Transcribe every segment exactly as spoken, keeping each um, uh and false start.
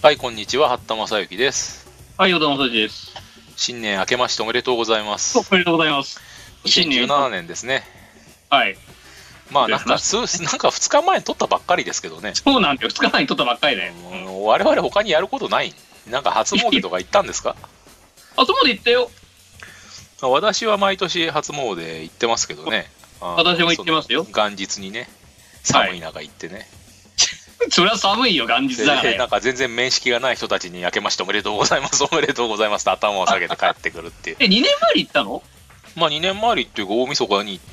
はい、こんにちは、八田正幸です。 はい、小田正幸です。 新年明けましておめでとうございます。 おめでとうございます。 にせんじゅうななねんですね。 はい。 まあなんか数なんかふつかまえに撮ったばっかりですけどね。 そうなんだよ、ふつかまえに撮ったばっかりで。 我々他にやることない？なんか初詣とか行ったんですか？ 初詣行ったよ。 私は毎年初詣行ってますけどね。 私も行ってますよ。 元日にね、寒い中行ってね。はい、 それは寒いよ、元日だから。 なんか全然面識がない人たちに明けましておめでとうございますおめでとうございますと頭を下げて帰ってくるっていう。 え、にねんまえに行ったの？ まあにねんまえりっていうか大晦日に行って、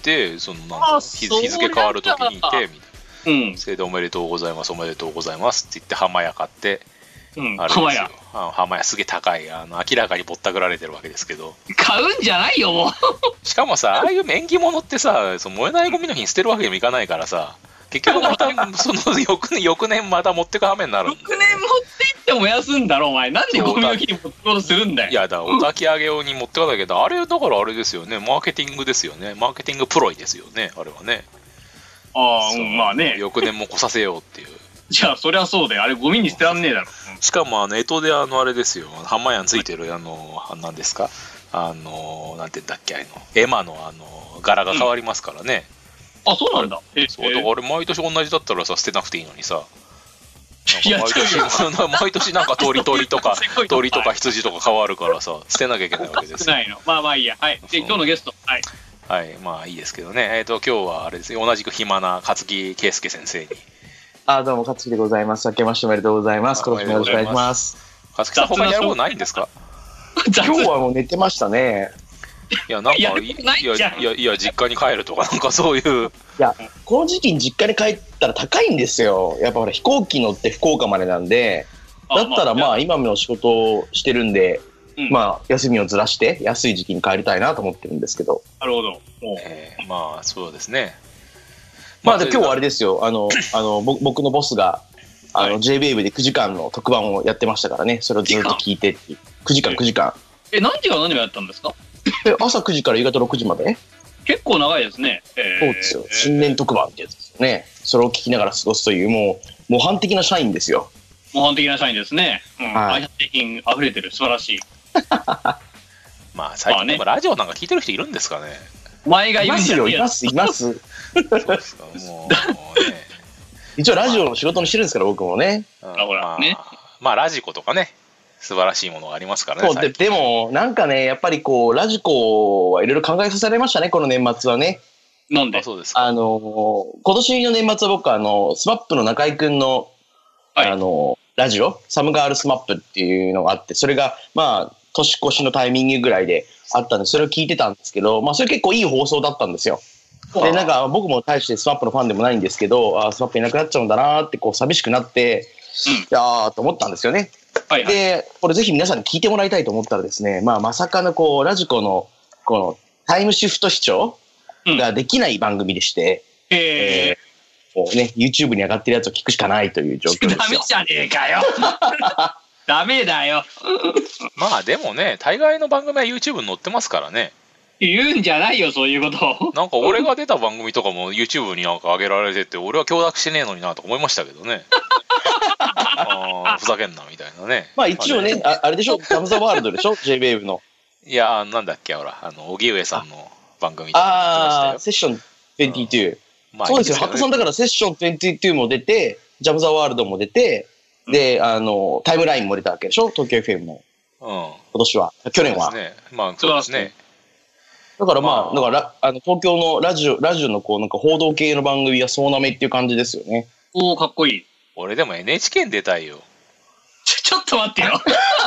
そのなん日付変わる時に行ってみたいな。うん、それでおめでとうございますおめでとうございますって言って浜屋買って、 うん、あれですよ、浜屋あ浜屋すげえ高い、あの明らかにぼったくられてるわけですけど、 買うんじゃないよもうしかもさ、ああいう縁起物ってさ、その燃えないゴミの日に捨てるわけにもいかないからさ、結局またその翌年翌年また持ってく羽目になるんだよ。 翌年持って行って燃やすんだろお前。なんでゴミの日に持ってこうとするんだよ。 いやだからお焚き上げ用に持ってかなきゃけど、あれだからあれですよね、マーケティングですよね、マーケティングプロイですよね、あれはね。 ああ、うん、まあね、 翌年も来させようっていう。 じゃあそりゃそうだよ、あれゴミに捨てらんねえだろ。 しかもあの干支であのあれですよ、浜屋についてるあの何ですか、あのなんて言うんだっけ、あの絵馬のあの柄が変わりますからね。 うん、あ、そうなんだ。 えそうだからあれ毎年同じだったらさ捨てなくていいのにさ、 なんか毎年毎年なんか鳥鳥とか鳥とか羊とか変わるからさ捨てなきゃいけないわけですよ。 ないの。まあまあいいや。はい。で今日のゲスト、はい。 はい、まあいいですけどね。えっと今日はあれですよ、同じく暇な勝木圭介先生に。 あ、どうも勝木でございます。明けましておめでとうございます。今年もよろしくお願いします。 勝木さん他にやることないんですか？ 今日はもう寝てましたね。 いやなんかいやいやいや実家に帰るとかなんかそういう。 いやこの時期に実家に帰ったら高いんですよ。やっぱほら飛行機乗って福岡までなんで、だったらまあ今の仕事をしてるんで、まあ休みをずらして安い時期に帰りたいなと思ってるんですけど。 なるほど。 えー、まあそうですね。 まあで今日はあれですよ。あのあの僕のボスがあの ジェイウェーブ でくじかんの特番をやってましたからね。それをずっと聞いてっていう。くじかんくじかん。 え何時から何をやったんですか？ 朝くじから夕方ろくじまで。 結構長いですね。 えー、そうですよ。新年特番ってやつですよね。それを聞きながら過ごすというもう模範的な社員ですよ。 模範的な社員ですね。うん。はい、愛社製品溢れてる素晴らしい。 まあ最近でもラジオなんか聞いてる人いるんですかね。 お前がいるんじゃねえよ。 いますいます。そうですかもうね。一応ラジオの仕事にしてるんですから僕もね。 あほらね。まあラジコとかね。素晴らしいものがありますからね。 そうで、でもなんかねやっぱりこうラジコはいろいろ考えさせられましたねこの年末はね。 なんで？ そうですか。 あの今年の年末は僕はあのスマップの中居君の、はい、あのラジオサムガールスマップっていうのがあって、それがまあ年越しのタイミングぐらいであったんでそれを聞いてたんですけど、まあそれ結構いい放送だったんですよ。でなんか僕も大してスマップのファンでもないんですけど、あスマップいなくなっちゃうんだなってこう寂しくなって、うん、いやーと思ったんですよね。はいはい、でこれぜひ皆さんに聞いてもらいたいと思ったらですね、まあ、まさかのこうラジコのこのタイムシフト視聴ができない番組でして、うんえー、もうね YouTube に上がってるやつを聞くしかないという状況ですよ。 ダメじゃねえかよダメだよまあでもね大概の番組は YouTube に載ってますからね。 言うんじゃないよそういうことなんか俺が出た番組とかも YouTube になんか上げられてて俺は許諾してねえのになと思いましたけどねあふざけんなみたいなね。 まあ一応ね あ, あれでしょサムザワールドでしょ ジェイウェーブ の。 いやなんだっけほらあの荻上さんの番組とかやってましたよ。 ああセッションにじゅうに、まあ、そうですよ。八田さんだからセッションにじゅうにも出てジャムザワールドも出て、うん、であのタイムラインも出たわけでしょ東京 エフエム も、うん、今年は去年はそうですね。まあそうですね。 だからまあ、だからあの東京のラジオラジオのこうなんか報道系の番組は総なめっていう感じですよね。 おおかっこいい。 俺でも エヌエイチケー に出たいよ。 ちょちょっと待ってよ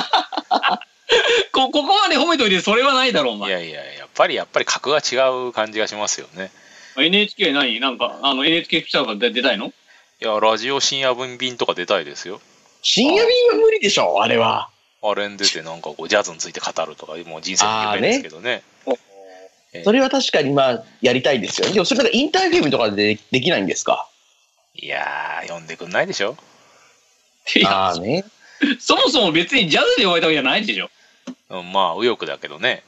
こここまで褒めといてそれはないだろうお前。 いやいややっぱりやっぱり格が違う感じがしますよね。 エヌエイチケー 何なんかあの エヌエイチケー 来たから出たいの？いやラジオ深夜便とか出たいですよ。 深夜便は無理でしょあれは。 あれに出てなんかこうジャズについて語るとかもう人生の夢ですけどね。 それは確かにまあやりたいですよね。でもそれがインターフェームとかでできないんですか？ いやー呼んでくんないでしょ。 ああね。 そもそも別にジャズで呼ばれたわけじゃないでしょ。 うん、まあ右翼だけどね。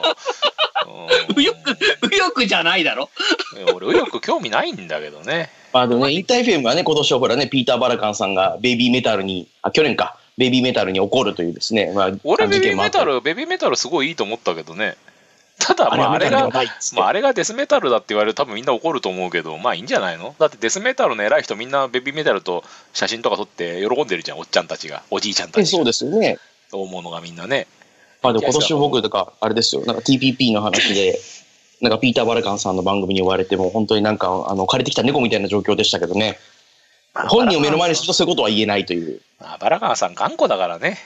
右翼右翼じゃないだろ。 俺右翼興味ないんだけどね。 まあでもね、インター エフエム はね、今年はほらね、ピーター・バラカンさんがベイビーメタルに、あ、去年か、ベイビーメタルに怒るというですね、まあ、 俺ベビーメタル、ベビーメタルすごいいいと思ったけどね。ただ、まあ、あれが、まあ、あれがデスメタルだって言われると多分みんな怒ると思うけど、まあいいんじゃないの？だってデスメタルの偉い人みんなベビーメタルと写真とか撮って喜んでるじゃん、おっちゃんたちが、おじいちゃんたちが。 そうですよね。 大物がみんなね。 まあでも今年僕とか、あれですよ、なんか ティーピーピー の話で、なんかピーター・バラカンさんの番組に追われても、本当になんか、あの、借りてきた猫みたいな状況でしたけどね。本人を目の前にするとそういうことは言えないという。 あ、バラカンさん頑固だからね。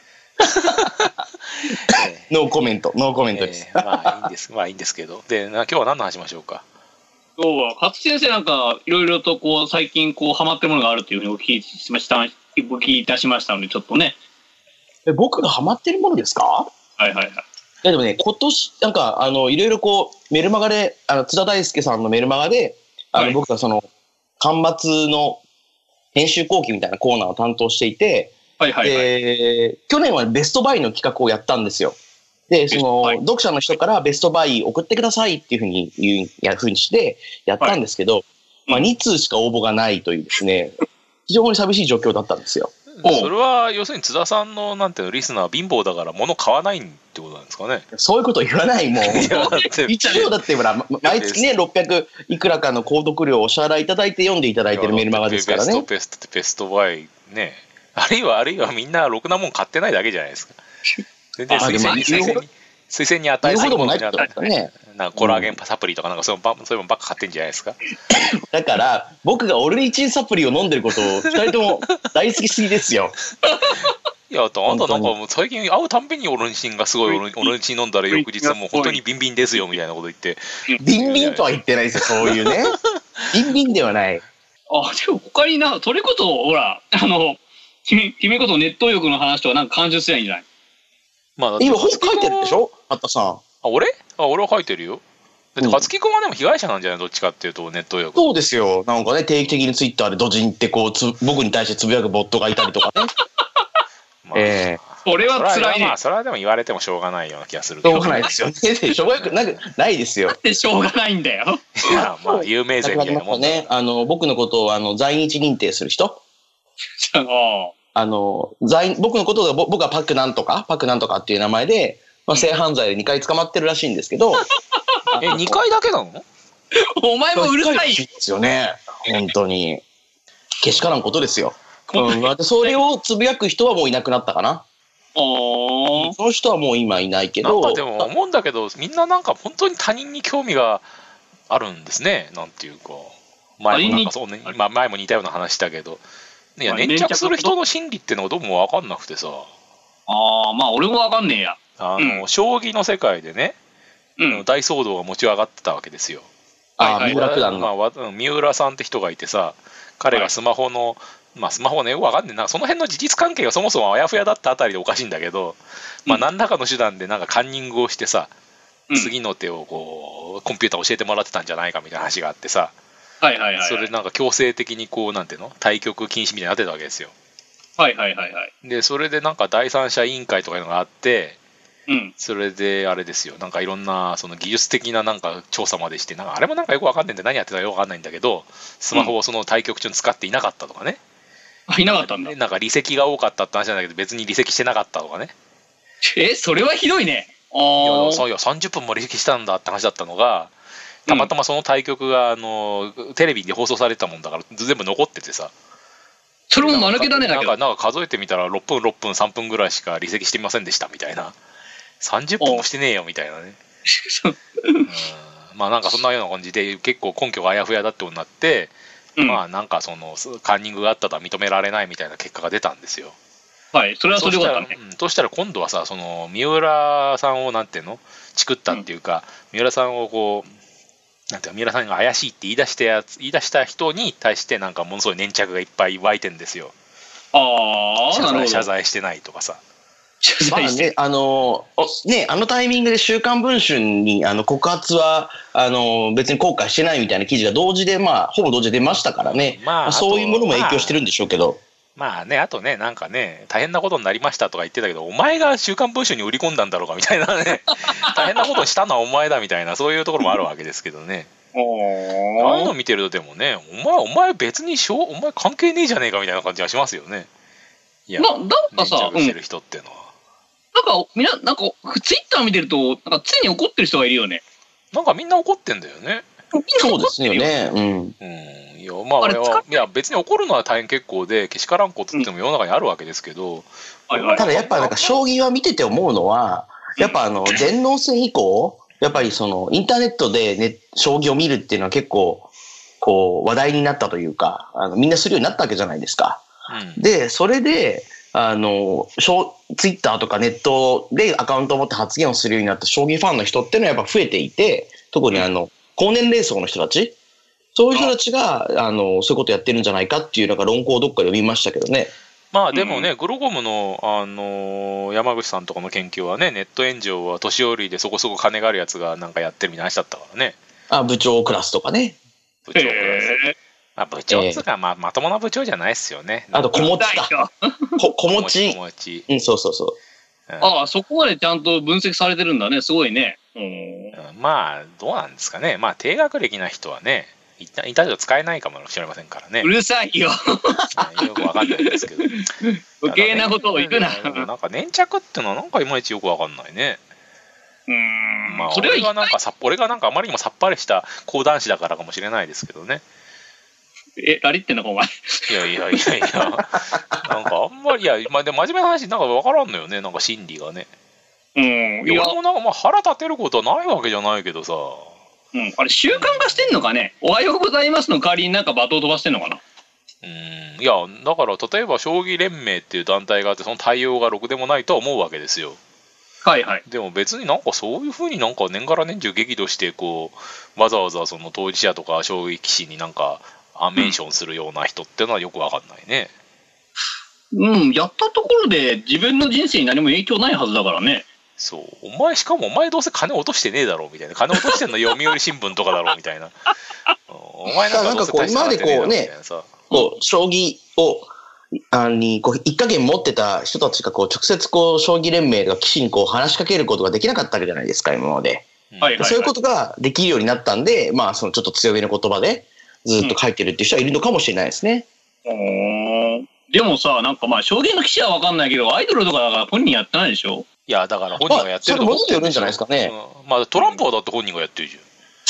ノーコメント、ノーコメントです。 えー、まあいいんです、まあいいんですけど。で、今日は何の話しましょうか。 今日は勝先生なんかいろいろとこう最近こうハマってるものがあるというふうにお聞きしました、お聞きいたしましたのでちょっとね。 え、僕がハマってるものですか？ はいはいはい。いやでもね、今年なんかあのいろいろこうメルマガで、あの津田大介さんのメルマガで、あの、はい、僕がその巻末の編集後期みたいなコーナーを担当していて。はいはいはい、で去年はベストバイの企画をやったんですよ。で、その、はい、読者の人からベストバイ送ってくださいっていうふうに言う、やふうにしてやったんですけど、はい、まあに通しか応募がないというですね、非常に寂しい状況だったんですよ。 それは要するに津田さんのなんていうのリスナーは貧乏だから物買わないってことなんですかね。 そういうこと言わないもん。一応だってほら毎月ねろっぴゃくいくらかの購読料をお支払いいただいて読んでいただいてるメルマガですからね。 ベストベストベストバイね。あるいはあるいはみんなろくなもん買ってないだけじゃないですか。全然推薦に推薦に推薦に値するものじゃなくてね。なんかコラーゲンサプリとかなんかそういうのそういうのばっか買ってんじゃないですか。 だから僕がオルニチンサプリを飲んでることをふたりとも大好きすぎですよ。 いや、あんたなんかもう最近会うたんびにオルニチンがすごいオルニチン飲んだら翌日もう本当にビンビンですよみたいなこと言って。 ビンビンとは言ってないですよ、そういうね。ビンビンではない。 あ、でも他にな、それこそほらあの。君、君こそネット欲の話とかなんか感情すりゃいいんじゃない？ まあ、今本書いてるでしょ八田さん。あ、 俺あ、俺は書いてるよ。だって勝木君はでも被害者なんじゃない？どっちかっていうとネット欲。 そうですよ。なんかね、定期的にツイッターでドジンってこうつ僕に対してつぶやくボットがいたりとかね。まあ、ええー。それは辛いね。 まあ、それはでも言われてもしょうがないような気がするけど。 しょうがないですよね。しょうがなくないですよ。 だってしょうがないんだよ。 いや、まあ有名税みたいなもんね。あの僕のことをあの在日認定する人。あの在僕のことが僕はパクなんとかパクなんとかっていう名前で、まあ、性犯罪でにかい捕まってるらしいんですけど。 え、にかいだけなの？ お前もうるさいですよね。本当にけしからんことですよ。うん、それをつぶやく人はもういなくなったかな。その人はもう今いないけど。 なんかでも思うんだけど、みんななんか本当に他人に興味があるんですね。なんていうか前もなんかそうね、まあ、前も似たような話したけど、いや粘着する人の心理っていうのがどうも分かんなくてさ。 ああ、まあ俺も分かんねえや。 あの、うん、将棋の世界でね、うん、大騒動が持ち上がってたわけですよ。 ああ、三浦九段の、 まあ、三浦さんって人がいてさ、彼がスマホの、はい、まあスマホねよく分かんねえな、その辺の事実関係がそもそもあやふやだったあたりでおかしいんだけど、まあ何らかの手段でなんかカンニングをしてさ、うん、次の手をこうコンピューター教えてもらってたんじゃないかみたいな話があってさ、 はいはいはいはい、 それでなんか強制的にこうなんていうの対局禁止みたいになってたわけですよ。 はいはいはいはい。 でそれでなんか第三者委員会とかいうのがあって、 うん、 それであれですよ、なんかいろんなその技術的ななんか調査までして、なんかあれもなんかよくわかんないんで何やってたかよくわかんないんだけど、スマホをその対局中に使っていなかったとかね。 うん、いなかったんだ。 なんか離席が多かったって話なんだけど別に離席してなかったとかね。 え、それはひどいね。 あいやそういやさんじゅっぷんも離席したんだって話だったのが、たまたまその対局があのテレビで放送されてたもんだから全部残っててさ。 それも間抜けだね。 なんかなんか数えてみたらろっぷんろっぷんさんぷんぐらいしか離席してみませんでしたみたいな。さんじゅっぷんもしてねえよみたいなね。うんまあなんかそんなような感じで結構根拠があやふやだってことになって、うん、まあなんかそのカンニングがあったとは認められないみたいな結果が出たんですよ。 はい、それはそれでよかったね。 うん、としたら今度はさ、その三浦さんをなんていうのチクったっていうか、うん、三浦さんをこうなんていうか三浦さんが怪しいって言い出したやつ言い出した人に対してなんかものすごい粘着がいっぱい湧いてんですよ。 ああ、 謝罪謝罪してないとかさ。 まあね、あのね、あのタイミングで週刊文春にあの告発はあの別に後悔してないみたいな記事が同時で、まあ、ほぼ同時で出ましたからね、まあ、まあそういうものも影響してるんでしょうけど。 まあ、まあね、あとね、なんかね、大変なことになりましたとか言ってたけど、お前が週刊文春に売り込んだんだろうかみたいなね、大変なことしたのはお前だみたいな、そういうところもあるわけですけどね。 ああいうの見てるとでもね、お前お前別にしょお前関係ねえじゃねえかみたいな感じがしますよね。いや、 ななんかさ、 してる人っていうのは、 うん、なんかみんななんかツイッター見てるとなんか常に怒ってる人がいるよね。 なんかみんな怒ってんだよね。 そうですよね。うん。 うん、いやまああれはいや別に怒るのは大変結構でけしからんことっても世の中にあるわけですけど、 うん、ただやっぱなんか将棋は見てて思うのはやっぱあの電脳戦以降やっぱりそのインターネットで、ね、将棋を見るっていうのは結構こう話題になったというかあのみんなするようになったわけじゃないですか。うん、でそれであのツイッターとかネットでアカウントを持って発言をするようになった将棋ファンの人っていうのはやっぱ増えていて、特にあの高年齢層の人たち、そういう人たちがあのそういうことやってるんじゃないかっていうなんか論考をどっかで読みましたけどね。 まあでもね、うん、グロゴムの、あのー、山口さんとかの研究はね、ネット炎上は年寄りでそこそこ金があるやつがなんかやってるみたいな話だったからね。 あ、部長クラスとかね。 部長クラス。まあ、部長っつうか、まあ、まともな部長じゃないですよね。 あと、子持ちか。こ子持ち。 子持ち。 うん、そうそうそう。 うん、ああ、そこまでちゃんと分析されてるんだね。すごいね。 うん、まあ、どうなんですかね。まあ、低学歴な人はね、インターネット使えないかもしれませんからね。 うるさいよ。 よくわかんないですけど。 余計なことを言うな。 なんか粘着っていうのはなんかいまいちよくわかんないね。 うーん。 まあ、俺がなんかさ、俺がなんかあまりにもさっぱりした講談師だからかもしれないですけどね。 え、ラリってんのかお前。いやいやいやいや、なんかあんまり、いや、まあ、で真面目な話、なんか分からんのよね、なんか心理がね。 うん。 いや、俺もなんかまあ腹立てることはないわけじゃないけどさ。 うん、あれ習慣化してんのかね。おはようございますの代わりになんか罵倒飛ばしてんのかな。 うん、いや、だから例えば将棋連盟っていう団体があって、その対応がろくでもないとは思うわけですよ。 はいはい。 でも別になんかそういうふうになんか年がら年中激怒してこうわざわざその当事者とか将棋棋士になんかメンションするような人ってのはよくわかんないね。 うん、やったところで自分の人生に何も影響ないはずだからね。 そう、お前しかもお前どうせ金落としてねえだろうみたいな、金落としてんの読売新聞とかだろうみたいな。お前なんかどうせ大した金ねえだろうみたいなさ。 こう将棋をあにこう一家元持ってた人たちがこう直接こう将棋連盟が棋士にこう話しかけることができなかったわけじゃないですか今まで。はいはいはい、そういうことができるようになったんで、まあそのちょっと強めの言葉でずっと書いてるっていう人はいるのかもしれないですね。 うん、でもさ、なんかまあ将棋の棋士は分かんないけどアイドルとかだから本人やってないでしょ。 いやだから本人がやってると思ってるんじゃないですかね。 うん、まあトランプはだって本人がやってるじゃん。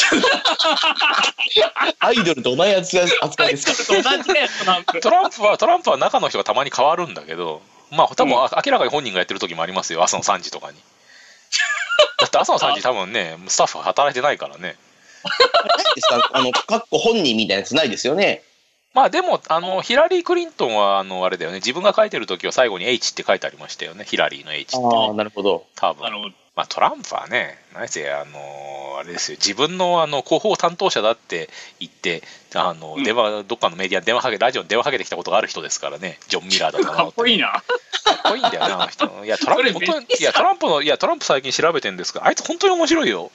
アイドルと同じ扱いですか。 トランプはトランプは中の人がたまに変わるんだけど、まあ多分、うん、明らかに本人がやってる時もありますよ。朝のさんじとかに。だって朝のさんじ多分ねスタッフは働いてないからね。 ないですか、あのかっこ本人みたいなやつないですよね。 まあでもあのヒラリー・クリントンはあのあれだよね、自分が書いてる時は最後に H って書いてありましたよね。ヒラリーの H って、ね、 ああなるほど。 多分まあトランプはね、何せあのあれですよ、自分のあの広報担当者だって言ってあの、うん、電話どっかのメディアに電話かけラジオに電話かけてきたことがある人ですからね。ジョン・ミラーだとか。 かっこいいな。 かっこいいんだよねあの人。いやトランプ本当にいやトランプのいやトランプ最近調べてるんですが、あいつ本当に面白いよ。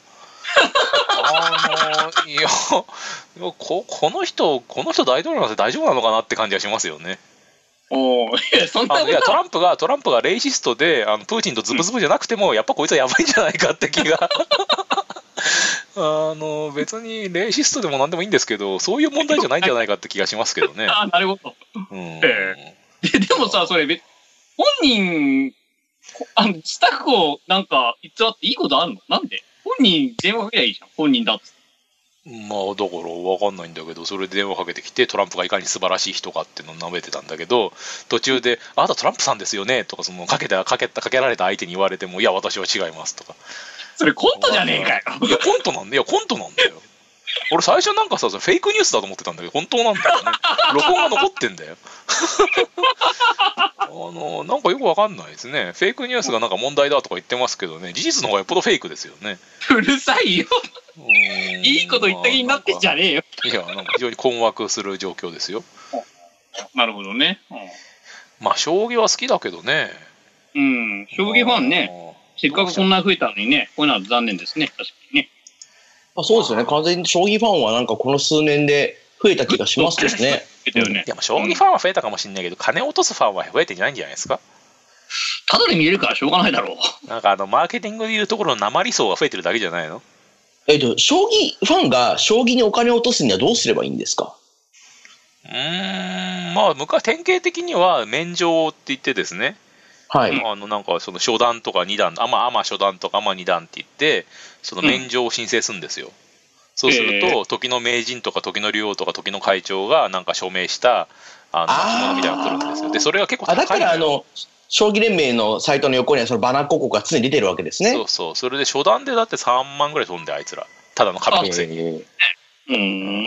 あのいやここの人この人大統領なんて大丈夫なのかなって感じがしますよね。 おいやそんなあのいやトランプがトランプがレイシストであのプーチンとズブズブじゃなくても、うん、やっぱこいつはやばいんじゃないかって気があの別にレイシストでもなんでもいいんですけど、そういう問題じゃないんじゃないかって気がしますけどね。 あなるほど、うんえー、で, でもさそれ本人あのスタッフをなんか偽っていいことあるの？なんで本人電話かけりゃいいじゃん、本人だっつって。 まあだから分かんないんだけど、それで電話かけてきてトランプがいかに素晴らしい人かっていうのを述べてたんだけど、途中で「あなたトランプさんですよね」とかそのかけたかけたかけられた相手に言われても「いや私は違います」とか。 それコントじゃねえかよ。 いやコントなんだよ、コントなんだよ。俺最初なんかさフェイクニュースだと思ってたんだけど本当なんだよね。録音が残ってんだよ。あのなんかよくわかんないですね。フェイクニュースがなんか問題だとか言ってますけどね、事実の方がよっぽどフェイクですよね。 うるさいよ。いいこと言った気になってんじゃねえよ。 いやなんか非常に困惑する状況ですよ。 なるほどね、うん、 まあ将棋は好きだけどね。 うん将棋ファンね、せっかくこんな増えたのにね、こういうのは残念ですね。確かにね。 あそうですよね、完全に将棋ファンはなんかこの数年で増えた気がしますよね。 いや将棋ファンは増えたかもしれないけど、金落とすファンは増えてんじゃないんじゃないですか。 ただで見えるからしょうがないだろう。 なんかあのマーケティングでいうところの鉛層が増えてるだけじゃないの。 えっと、将棋、ファンが将棋にお金を落とすにはどうすればいいんですか？ うーん、まあ、昔、典型的には免状って言ってですね、 はい。 あのなんかその初段とかに段、アマ、アマ初段とかアマに段って言って、その免状を申請するんですよ。うん、そうすると、時の名人とか時の竜王とか時の会長がなんか署名したあの巻物みたいなのが来るんですよ。で、それは結構高いのよ。 あ、だからあの、将棋連盟のサイトの横にはそのバナー広告が常に出てるわけですね。 そうそう。それで初段でだってさんまんぐらい飛んで、あいつら。ただの紙のくせに。 うん、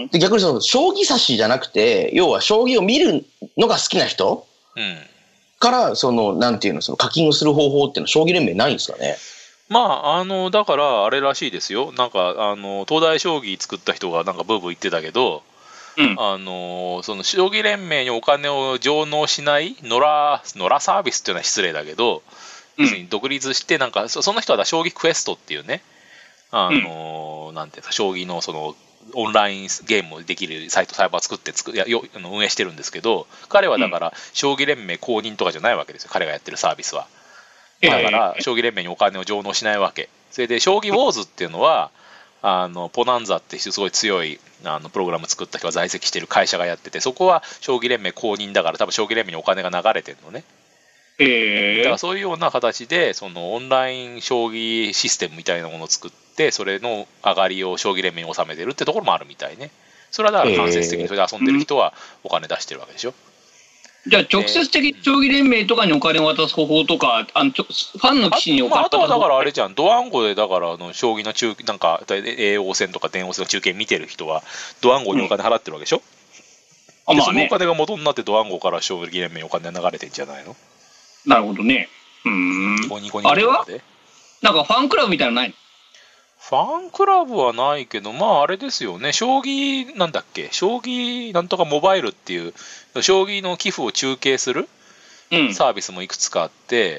で逆にその将棋指しじゃなくて、要は将棋を見るのが好きな人、うん、からそのなんていうの、その課金をする方法っていうのは将棋連盟ないんですかね？ まあ、あのだからあれらしいですよ。なんかあの東大将棋作った人がなんかブーブー言ってたけど、うん、あのその将棋連盟にお金を上納しない野良野良サービスっていうのは失礼だけど、うん、要するに独立してなんか そ, その人は将棋クエストっていうね、あの、うん、なんていうか将棋のそのオンラインゲームもできるサイトサーバー作って作やよ運営してるんですけど、彼はだから将棋連盟公認とかじゃないわけですよ、彼がやってるサービスは。だから将棋連盟にお金を上納しないわけ。それで将棋ウォーズっていうのはあのポナンザっていうすごい強いあのプログラム作った人が在籍している会社がやってて、そこは将棋連盟公認だから多分将棋連盟にお金が流れてるのね。だからそういうような形でそのオンライン将棋システムみたいなものを作って、それの上がりを将棋連盟に納めてるってところもあるみたいね。それはだから間接的にそれで遊んでる人はお金出してるわけでしょ。 じゃあ直接的に将棋連盟とかにお金を渡す方法とか、あのファンの棋士にお金を渡す方法、 あとはだからあれじゃん、ドワンゴでだからあの将棋の中なんか叡王戦とか電王戦の中継見てる人はドワンゴにお金払ってるわけでしょ。うん、でそのお金が元になってドワンゴから将棋連盟にお金が流れてんじゃないの？ なるほどね。うーん。ニコニコニコあれはなんかファンクラブみたいなのないの？ ファンクラブはないけど、まああれですよね、将棋なんだっけ、将棋なんとかモバイルっていう将棋の寄付を中継するサービスもいくつかあって、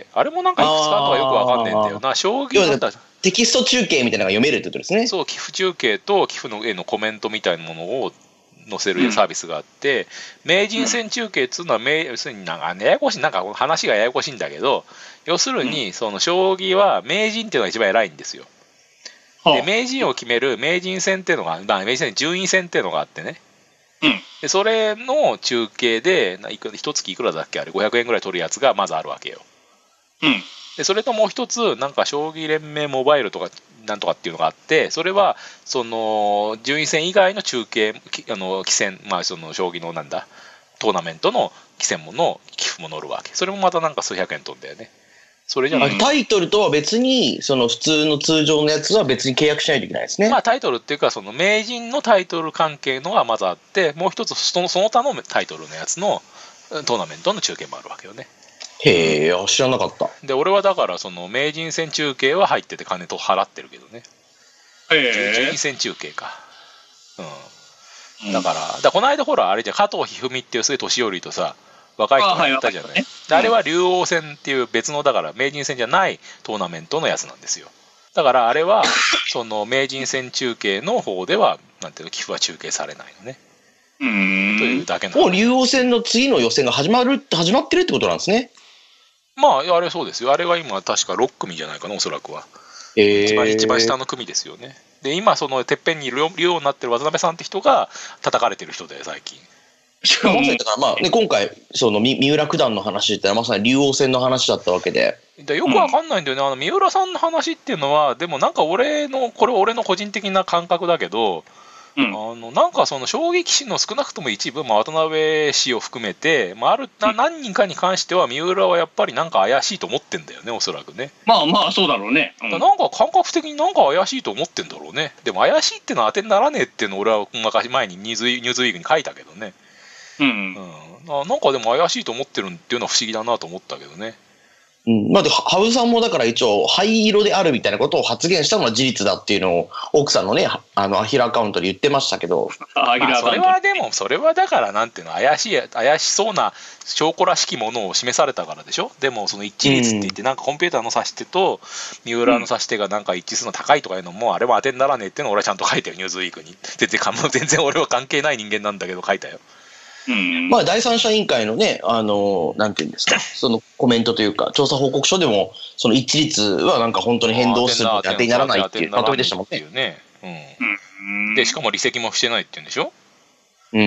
うん、あれもなんかいくつかあるのかよくわかんないんだよな。将棋なんだテキスト中継みたいなのが読めるってことですね。 そう、寄付中継と寄付のへのコメントみたいなものを載せるサービスがあって、うん、名人戦中継っていうのは名要するになんかややこしい、なんか話がややこしいんだけど、要するにその将棋は名人っていうのが一番偉いんですよ。で名人を決める名人戦っていうのが、まあ、名人戦順位戦っていうのがあってね、うん、でそれの中継でいく一月いくらだっけ、あれごひゃくえんぐらい取るやつがまずあるわけよ。うん、でそれともう一つなんか将棋連盟モバイルとかなんとかっていうのがあって、それはその順位戦以外の中継あの棋戦、まあその将棋のなんだトーナメントの棋戦もの寄付も載るわけ。それもまたなんか数百円取るんだよね。それじゃないタイトルとは別にその普通の通常のやつは別に契約しないといけないですね。 まあタイトルっていうかその名人のタイトル関係のがまずあって、もう一つそのその他のタイトルのやつのトーナメントの中継もあるわけよね。 へえ、知らなかった。 で俺はだからその名人戦中継は入ってて金と払ってるけどね。 へえ。 順位戦中継か。うん。だから、だからこの間ほらあれじゃ加藤一二三っていうすごい年寄りとさ。若い人がやったじゃない。あ、はい、あれは竜王戦っていう別のだから名人戦じゃないトーナメントのやつなんですよ。だからあれはその名人戦中継の方ではなんていうの寄付は中継されないのね。 うーん。 というだけなの。もう竜王戦の次の予選が始まる始まってるってことなんですね。 まああれそうですよ。あれは今確かろっ組じゃないかな、おそらくは。えー、一番一番下の組ですよね。で今そのてっぺんに竜王になってる渡辺さんって人が叩かれてる人で最近。 だからまあね、今回その三浦九段の話ってまさに竜王戦の話だったわけで、 よくわかんないんだよね、うん、あの三浦さんの話っていうのはでもなんか俺のこれ俺の個人的な感覚だけど、うん、あのなんかその将棋棋士の少なくとも一部、まあ、渡辺氏を含めて、まあ、あるな何人かに関しては三浦はやっぱりなんか怪しいと思ってんだよね、おそらくね。 まあまあそうだろうね、 うん、だなんか感覚的になんか怪しいと思ってんだろうね。でも怪しいってのは当てにならねえっていうのを俺は昔前にニューズウィークに書いたけどね。うんうん、なんかでも怪しいと思ってるっていうのは不思議だなと思ったけどね。 うん、まあで羽生さんもだから一応灰色であるみたいなことを発言したのは事実だっていうのを奥さんのねあのアヒラアカウントで言ってましたけど、 まあ、それはでもそれはだからなんていうの怪しい怪しそうな証拠らしきものを示されたからでしょ。でもその一致率って言ってなんかコンピューターの指し手と三浦の指し手がなんか一致するの高いとかいうのもあれも当てにならねえっていうのを俺はちゃんと書いたよ、ニューズウィークに。全然全然俺は関係ない人間なんだけど書いたよ。 うん、まあ第三者委員会のね、あのなんていうんですか、そのコメントというか調査報告書でもその一致率はなんか本当に変動するので当てにならないっていうまとめでしたもんね。 ね、ううん、でしかも離席もしてないって言うんでしょ。 うん。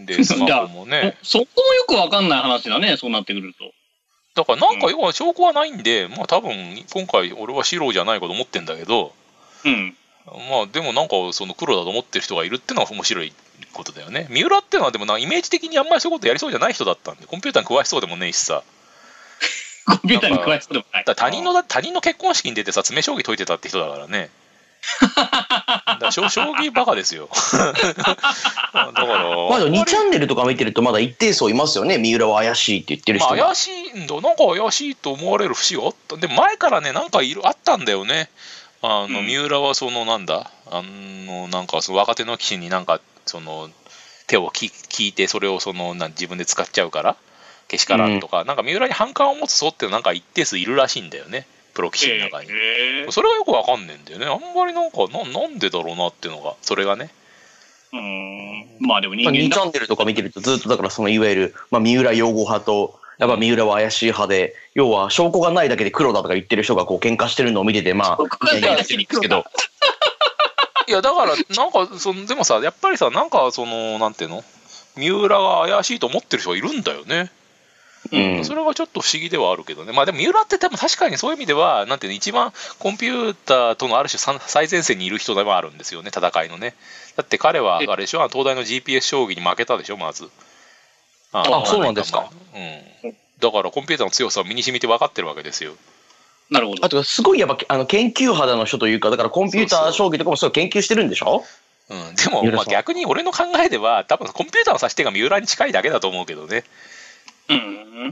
でスマホもねそこもよくわかんない話だね、そうなってくると。 だからなんか要は証拠はないんで、まあ多分今回俺はシロじゃないかと思ってんだけど、 うん、 まあでもなんかその黒だと思ってる人がいるっていうのは面白いことだよね。三浦っていうのはでもなイメージ的にあんまりそういうことやりそうじゃない人だったんで、コンピューターに詳しそうでもねえしさ。 コンピューターに詳しそうでもない。 だ他人の他人の結婚式に出てさ詰将棋解いてたって人だからね。だから将棋バカですよ。だからまだにチャンネルとか見てるとまだ一定数いますよね。三浦は怪しいって言ってる人が、 まあ、怪しいんだ、なんか怪しいと思われる節があった。で前からねなんかいるあったんだよね。あの、うん、三浦はそのなんだあのなんかその若手の棋士になんかその手をき聞いてそれをそのなん自分で使っちゃうからけしからんとか、うん、なんか三浦に反感を持つ層ってなんか一定数いるらしいんだよね。プロ棋士の中に、えー、それがよくわかんねえんだよね。あんまりなんか な, なんでだろうなっていうのがそれがね。 うーんまあでも人間だ、 まあ、にチャンネルとか見てるとずっとだからそのいわゆる、まあ、三浦擁護派とやっぱ三浦は怪しい派で、うん、要は証拠がないだけで黒だとか言ってる人がこう喧嘩してるのを見ててまあいやいやってるんですけどいやだからなんかそのでもさやっぱりさなんかそのなんていうの三浦が怪しいと思ってる人がいるんだよね。うん、それがちょっと不思議ではあるけどね。まあでも三浦って多分確かにそういう意味ではなんていうの一番コンピューターとのある種最前線にいる人でもあるんですよね、戦いのね。だって彼はあれでしょ、東大の ジーピーエス 将棋に負けたでしょまず。 ああそうなんですか。 うん、だからコンピューターの強さを身に染みて分かってるわけですよ。 なるほど。 あとすごいやっぱあの研究肌の人というかだからコンピューター将棋とかもすごい研究してるんでしょ。 そうそう、うん、でもまあ逆に俺の考えでは多分コンピューターの指し手が三浦に近いだけだと思うけどね。 うん、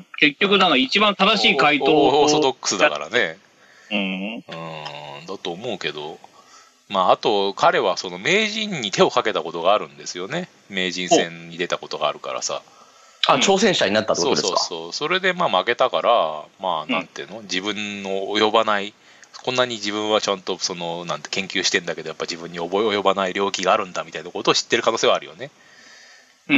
結局なんか一番正しい回答をオーソドックスだからね。 うん、うんだと思うけど、まああと彼はその名人に手をかけたことがあるんですよね。名人戦に出たことがあるからさ。 あ、挑戦者になったってことですか。 そうそうそう。それでまあ負けたからまあなんていうの、うん、自分の及ばないこんなに自分はちゃんとそのなんて研究してんだけどやっぱ自分に及ばない領域があるんだみたいなことを知ってる可能性はあるよね。 うん。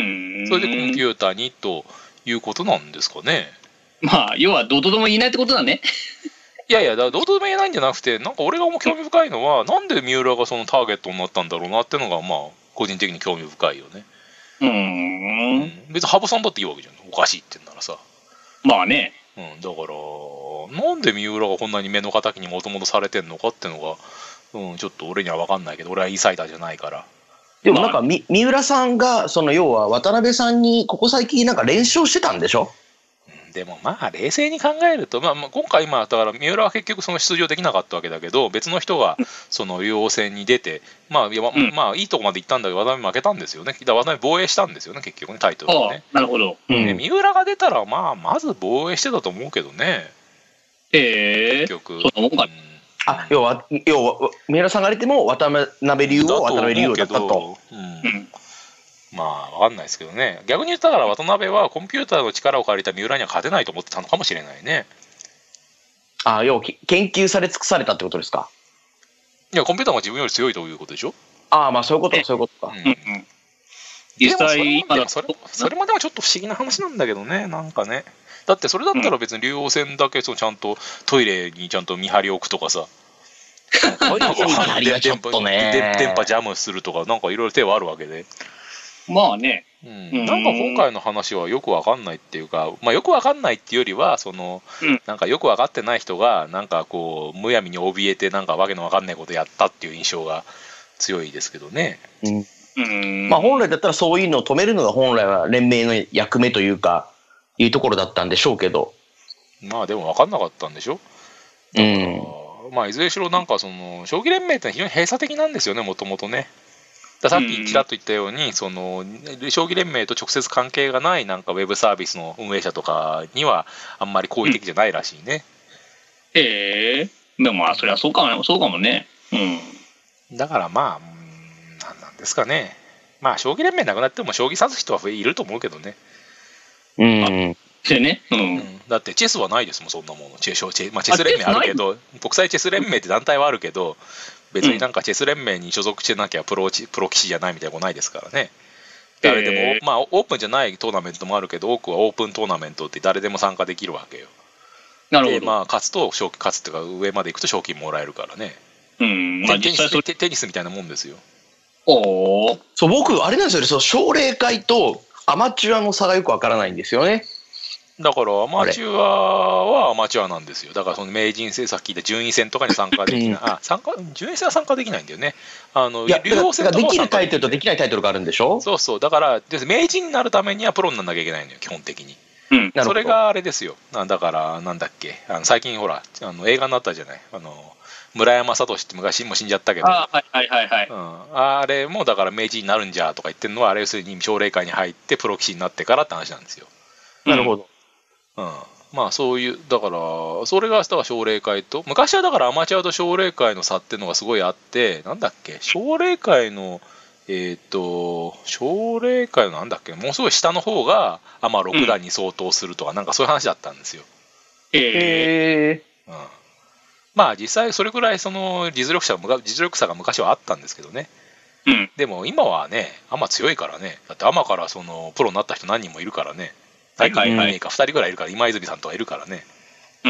それでコンピューターにということなんですかね。 まあ要はどうとでも言えないってことだね。 いやいやだどうとでも言えないんじゃなくてなんか俺が興味深いのはなんで三浦がそのターゲットになったんだろうなっていうのがまあ個人的に興味深いよね。 うーん、 うん、別に羽生さんだっていいわけじゃん。おかしいって言うんならさ。 まあね。 うん、だからなんで三浦がこんなに目の敵にもともとされてんのかっていうのが、うん、ちょっと俺には分かんないけど俺はインサイダーじゃないから。 でもなんか、まあ、三浦さんがその要は渡辺さんにここ最近なんか連勝してたんでしょ。 でもまあ冷静に考えると、まあ、今回今だから三浦は結局その出場できなかったわけだけど別の人がその竜王戦に出てまあいや、まあいいとこまで行ったんだけど渡辺負けたんですよね。だから渡辺防衛したんですよね結局ねタイトルをね。 なるほど、 うん、で三浦が出たらまあまず防衛してたと思うけどね。 へえ結局そんなもんか、うん、 あ要は要は三浦さんが出ても渡辺竜王渡辺竜王だったと。 うんうんまあ分かんないですけどね。逆に言ったら渡辺はコンピューターの力を借りた三浦には勝てないと思ってたのかもしれないね。 ああ要は研究され尽くされたってことですか。 いやコンピューターが自分より強いということでしょ。 ああまあそういうことそういうことか。うんうん、 実際でもそれもそれもでもちょっと不思議な話なんだけどねなんかね。だってそれだったら別に竜王戦だけそうちゃんとトイレにちゃんと見張り置くとかさ。 トイレに見張りはちょっとね。 電波ジャムするとかなんかいろいろ手はあるわけで。 まあね、 うん、なんか今回の話はよくわかんないっていうか、まあ、よくわかんないっていうよりはその、うん、なんかよくわかってない人がなんかこうむやみに怯えてなんかわけのわかんないことやったっていう印象が強いですけどね。 うんうんまあ、本来だったらそういうのを止めるのが本来は連盟の役目というかいうところだったんでしょうけどまあでもわかんなかったんでしょ。だから、うん、まあいずれにしろなんかその将棋連盟って非常に閉鎖的なんですよねもともとね。ださっきちらっと言ったように、うん、その将棋連盟と直接関係がないなんかウェブサービスの運営者とかにはあんまり好意的じゃないらしいね。 うん、へえでもまあそりゃそうかもそうかもね。 うん、だからまあ何なんですかね。まあ将棋連盟なくなっても将棋指す人はいると思うけどね。 うん。 でね、うんうん、だってチェスはないですもんそんなもの。チェス、チェ、まあ、チェス連盟あるけど国際チェス連盟って団体はあるけど別になんかチェス連盟に所属してなきゃプロ、プロ棋士じゃないみたいなことないですからね。誰でも、えー、まあオープンじゃないトーナメントもあるけど多くはオープントーナメントって誰でも参加できるわけよ。 なるほど。 でまあ勝つと賞金勝つっていうか上まで行くと賞金もらえるからね。 うん、まあテ実際それテテニスみたいなもんですよ。 おお。 そう、僕、あれなんですよね、そう、奨励会とアマチュアの差がよくわからないんですよね。 だからアマチュアはアマチュアなんですよ。だからその名人戦、さっき言った順位戦とかに参加できない、うん、あ参加順位戦は参加できないんだよね。あのいや、 竜王戦とかできるタイトルとできないタイトルがあるんでしょ。 そうそう、だから名人になるためにはプロにならなきゃいけないのよ、基本的に。うん、それがあれですよ。だからなんだっけ、あの最近ほらあの映画になったじゃない、あの村山聡って昔も死んじゃったけど、 あ、はいはいはいはい、 うん、あれもだから名人になるんじゃとか言ってるのは、あれ要するに奨励会に入ってプロ棋士になってからって話なんですよ。 なるほど。 うん、まあそういうだからそれがだから奨励会と、昔はだからアマチュアと奨励会の差っていうのがすごいあって、なんだっけ、奨励会のえっと奨励会のなんだっけ、もうすごい下の方がアマろく段に相当するとか、うん、なんかそういう話だったんですよ。 へえー、うん、まあ実際それくらいその実力差実力差が昔はあったんですけどね、うん、でも今はねアマ強いからね、だってアマからそのプロになった人何人もいるからね、はいはいはい、かふたりぐらいいるから、今泉さんとかいるからね。 うん、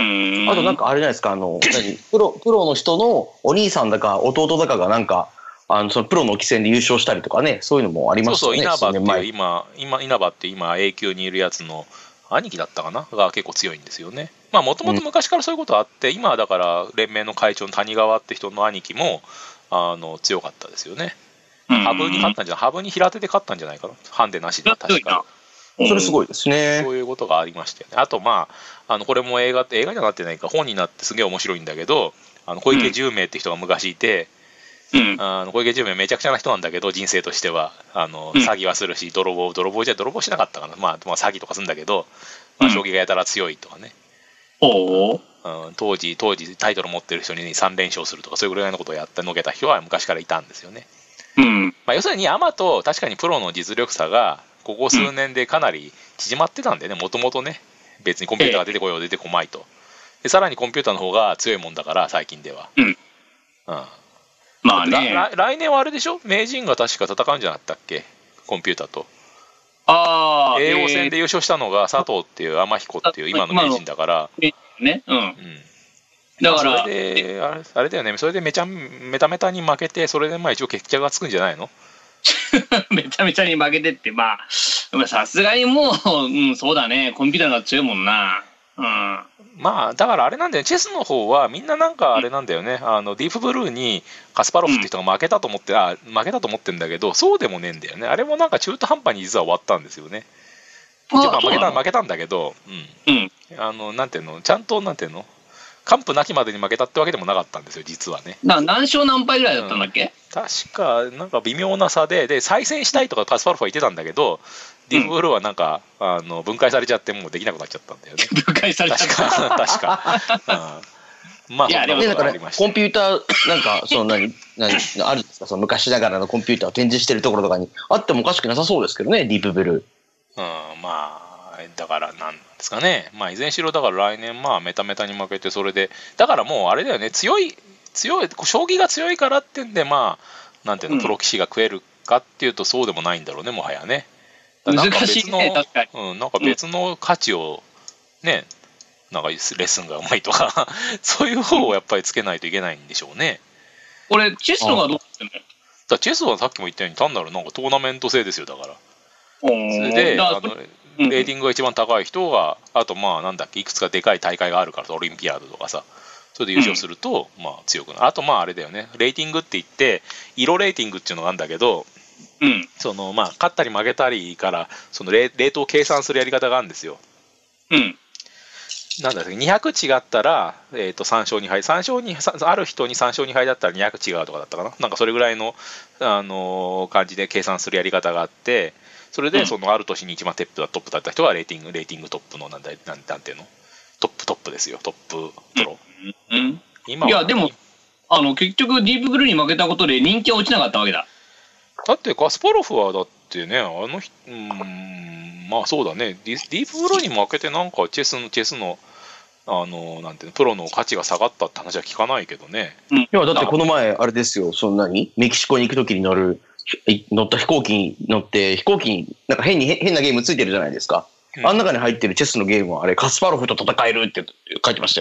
あとなんかあれじゃないですか、あの何プロプロの人のお兄さんだか弟だかがなんかあのそのプロの棋戦で優勝したりとかね、そういうのもありましたよね。 そうそう、稲葉っていう今今稲葉って今 A 級にいるやつの兄貴だったかなが結構強いんですよね。まあもともと昔からそういうことあって、うん、今はだから連盟の会長の谷川って人の兄貴もあの強かったですよね。羽生に勝ったんじゃない、羽生に平手で勝ったんじゃないかな、ハンデなしで確か。 それすごいですね。 そういうことがありましたよね。あとまあ、あのこれも映画って映画にはなってないか本になってすげえ面白いんだけど、あの小池十明って人が昔いて、うん、あの小池十明めちゃくちゃな人なんだけど、人生としてはあの、うん、詐欺はするし、泥棒泥棒じゃ泥棒しなかったかな、まあ、まあ詐欺とかするんだけど、まあ、将棋がやたら強いとかね、 うんうん、当時当時タイトル持ってる人にさん連勝するとか、そういうぐらいのことをやってのけた人は昔からいたんですよね。うんまあ、要するにアマと確かにプロの実力差がここ数年でかなり縮まってたんでね、もともとね、別にコンピューターが出てこよう出てこまいと。でさらにコンピューターの方が強いもんだから、最近では。うん。うん、 まあね。 来年はあれでしょ、名人が確か戦うんじゃなかったっけ、コンピューターと。 ああ。 叡王戦で優勝したのが佐藤っていう天彦っていう今の名人だから。 ね。うん。うんだからそれであれ、あれだよね、それでめちゃメタメタに負けて、それでまあ一応決着がつくんじゃないのめちゃめちゃに負けてって、まあ、さすがにもう、うん、そうだね、コンピューターが強いもんな。うん、 まあ、だからあれなんだよ、チェスの方はみんななんかあれなんだよね、うん、あのディープブルーにカスパロフって人が負けたと思って、うん、あ負けたと思ってるんだけど、そうでもねえんだよね、あれもなんか中途半端に実は終わったんですよね。一応まあ負けた負けたんだけど、うん、うん、あのなんていうの、ちゃんとなんていうの、完膚なきまでに負けたってわけでもなかったんですよ、実はね。 な何勝何敗ぐらいだったんだっけ、 うん、確かなんか微妙な差で、で再戦したいとかカスパロフは言ってたんだけど、ディープブルーはなんか、うん、あの分解されちゃってもうできなくなっちゃったんだよね。 分解されちゃった。 確か確か。うん、まあいやでもだからコンピューターなんかその何何あるんですか、その昔ながらのコンピューターを展示してるところとかにあってもおかしくなさそうですけどね、ディープブルー。うん、まあ。だからなんですかね、まあ、いずれにしろだから来年まあメタメタに負けて、それでだからもうあれだよね、強い強い将棋が強いからってんで、まあなんていうの、プロ棋士が食えるかっていうとそうでもないんだろうね、もはやね。 難しいね、確かに。 うん、なんか別の価値をね、なんかレッスンがうまいとかそういう方をやっぱりつけないといけないんでしょうね。 これチェスのがどうってんのよ。 だチェスはさっきも言ったように単なるなんかトーナメント制ですよ、だから。それであのレーティングが一番高い人が、あとまあなんだっけ、いくつかでかい大会があるから、オリンピアードとかさ、それで優勝するとまあ強くなる。あとまああれだよね、レーティングって言って色レーティングっていうのがあるんだけど、うん、そのまあ勝ったり負けたりからそのレートを計算するやり方があるんですよ。うん。なんだっけ、にひゃく違ったら、えー、とさん勝に敗、さん勝にある人にさん勝に敗だったらにひゃく違うとかだったかな、なんかそれぐらいの、あのー、感じで計算するやり方があって、それでそのある年に一番トップだトップだった人はレーティングレーティングトップのなんだなんなんていうのトップトップですよ、トッププロ。 うんうん、今いやでもあの結局ディープブルーに負けたことで人気は落ちなかったわけだ。 だってカスパロフはだってね、あの人、うーんまあそうだね、ディープブルーに負けてなんかチェスのチェスのあのなんていうのプロの価値が下がったって話は聞かないけどね。 うん、いやだってこの前あれですよ、そんなにメキシコに行くときに乗る乗った飛行機に乗って飛行機になんか変に変なゲームついてるじゃないですか、うん、あん中に入ってるチェスのゲームはあれカスパロフと戦えるって書いてましたよ。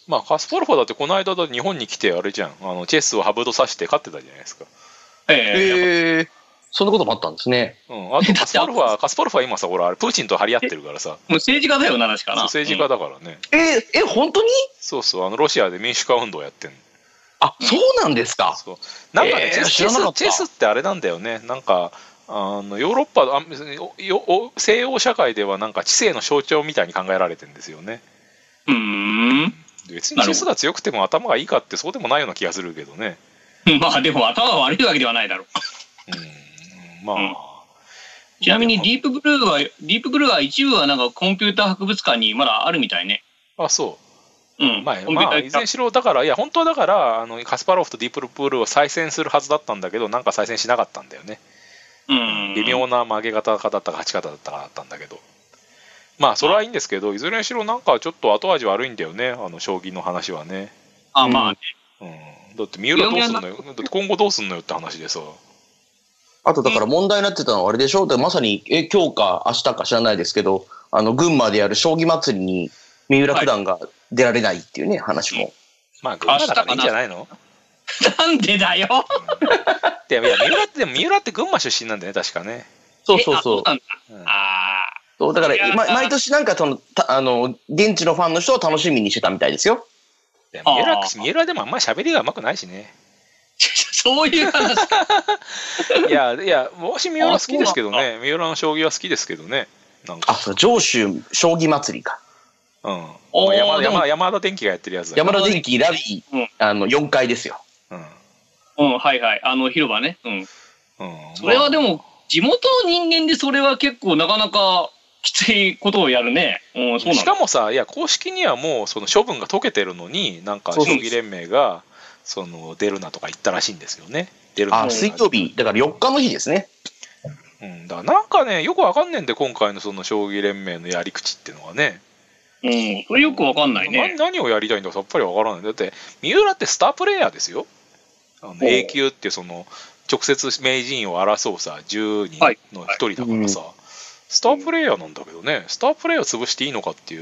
まあカスパロフはだってこの間だ日本に来てあれじゃん、あのチェスをハブと指して勝ってたじゃないですか。 ええー、そんなこともあったんですね。 うん、あとカスパロフはカスパロフは今さ、ほらプーチンと張り合ってるからさ。もう政治家だよな、確かな。 政治家だからね。 うん、えー、え本当に？ そうそう、あのロシアで民主化運動やってんの。 あ、そうなんですか。 そうなんかね、 えー、 チェスチェスってあれなんだよね。なんかあのヨーロッパあよ西洋社会ではなんか知性の象徴みたいに考えられてるんですよね。 うーん。 別にチェスが強くても頭がいいかってそうでもないような気がするけどね。 まあでも頭が悪いわけではないだろう。 うん、まあ、うん、 ちなみにディープブルーはディープブルーは一部はなんかコンピューター博物館にまだあるみたいね。 あ、そう。 うん、 まあ、まあ、いずれにしろだからいや本当はだからあのカスパロフとディープブルーを再戦するはずだったんだけどなんか再戦しなかったんだよね。 うん、 微妙な曲げ方だったか勝ち方だったかだったんだけど、まあそれはいいんですけど、いずれにしろなんかちょっと後味悪いんだよね、あの将棋の話はね。 あ、まあね、 うん、だって三浦どうすんのよ、だって今後どうすんのよって話でさ。 あとだから問題になってたのはあれでしょ、でまさにえ今日か明日か知らないですけど、あの群馬でやる将棋祭りに三浦九段が出られないっていうね、話も。 まあ群馬だからいいんじゃないの？ なんでだよ。 うん、でいや三浦ってでも三浦って群馬出身なんだよね確かね。 そうそうそう。 あ、うん、あそうだからま毎年なんかそのたあの現地のファンの人を楽しみにしてたみたいですよ。 いや三浦三浦でもあんまり喋りがうまくないしね。 そういう話。 いやいやもし三浦好きですけどね、三浦の将棋は好きですけどね。なんかあ、そう上州将棋祭りか。 うん。山山山田電機がやってるやつだ。 山田電機ラビー、うん、あのよんかいですよ。 うん。 うん、はいはい、あの広場ね。うん。うん、それはでも地元の人間でそれは結構なかなかきついことをやるね。うん、そうなんだ。 しかもさ、いや公式にはもうその処分が解けてるのに、なんか将棋連盟がその出るなとか言ったらしいんですよね。出るな。 あ、水曜日だからよっかの日ですね。 うん、だからなんかねよくわかんねえんで今回のその将棋連盟のやり口っていうのはね。 うん、それよくわかんないね。 何をやりたいんだかさっぱりわからない。だって三浦ってスタープレイヤーですよ。あの A 級ってその直接名人を争うさじゅうにんのひとりだからさ、はいはい、スタープレイヤーなんだけどね、スタープレイヤー潰していいのかっていう。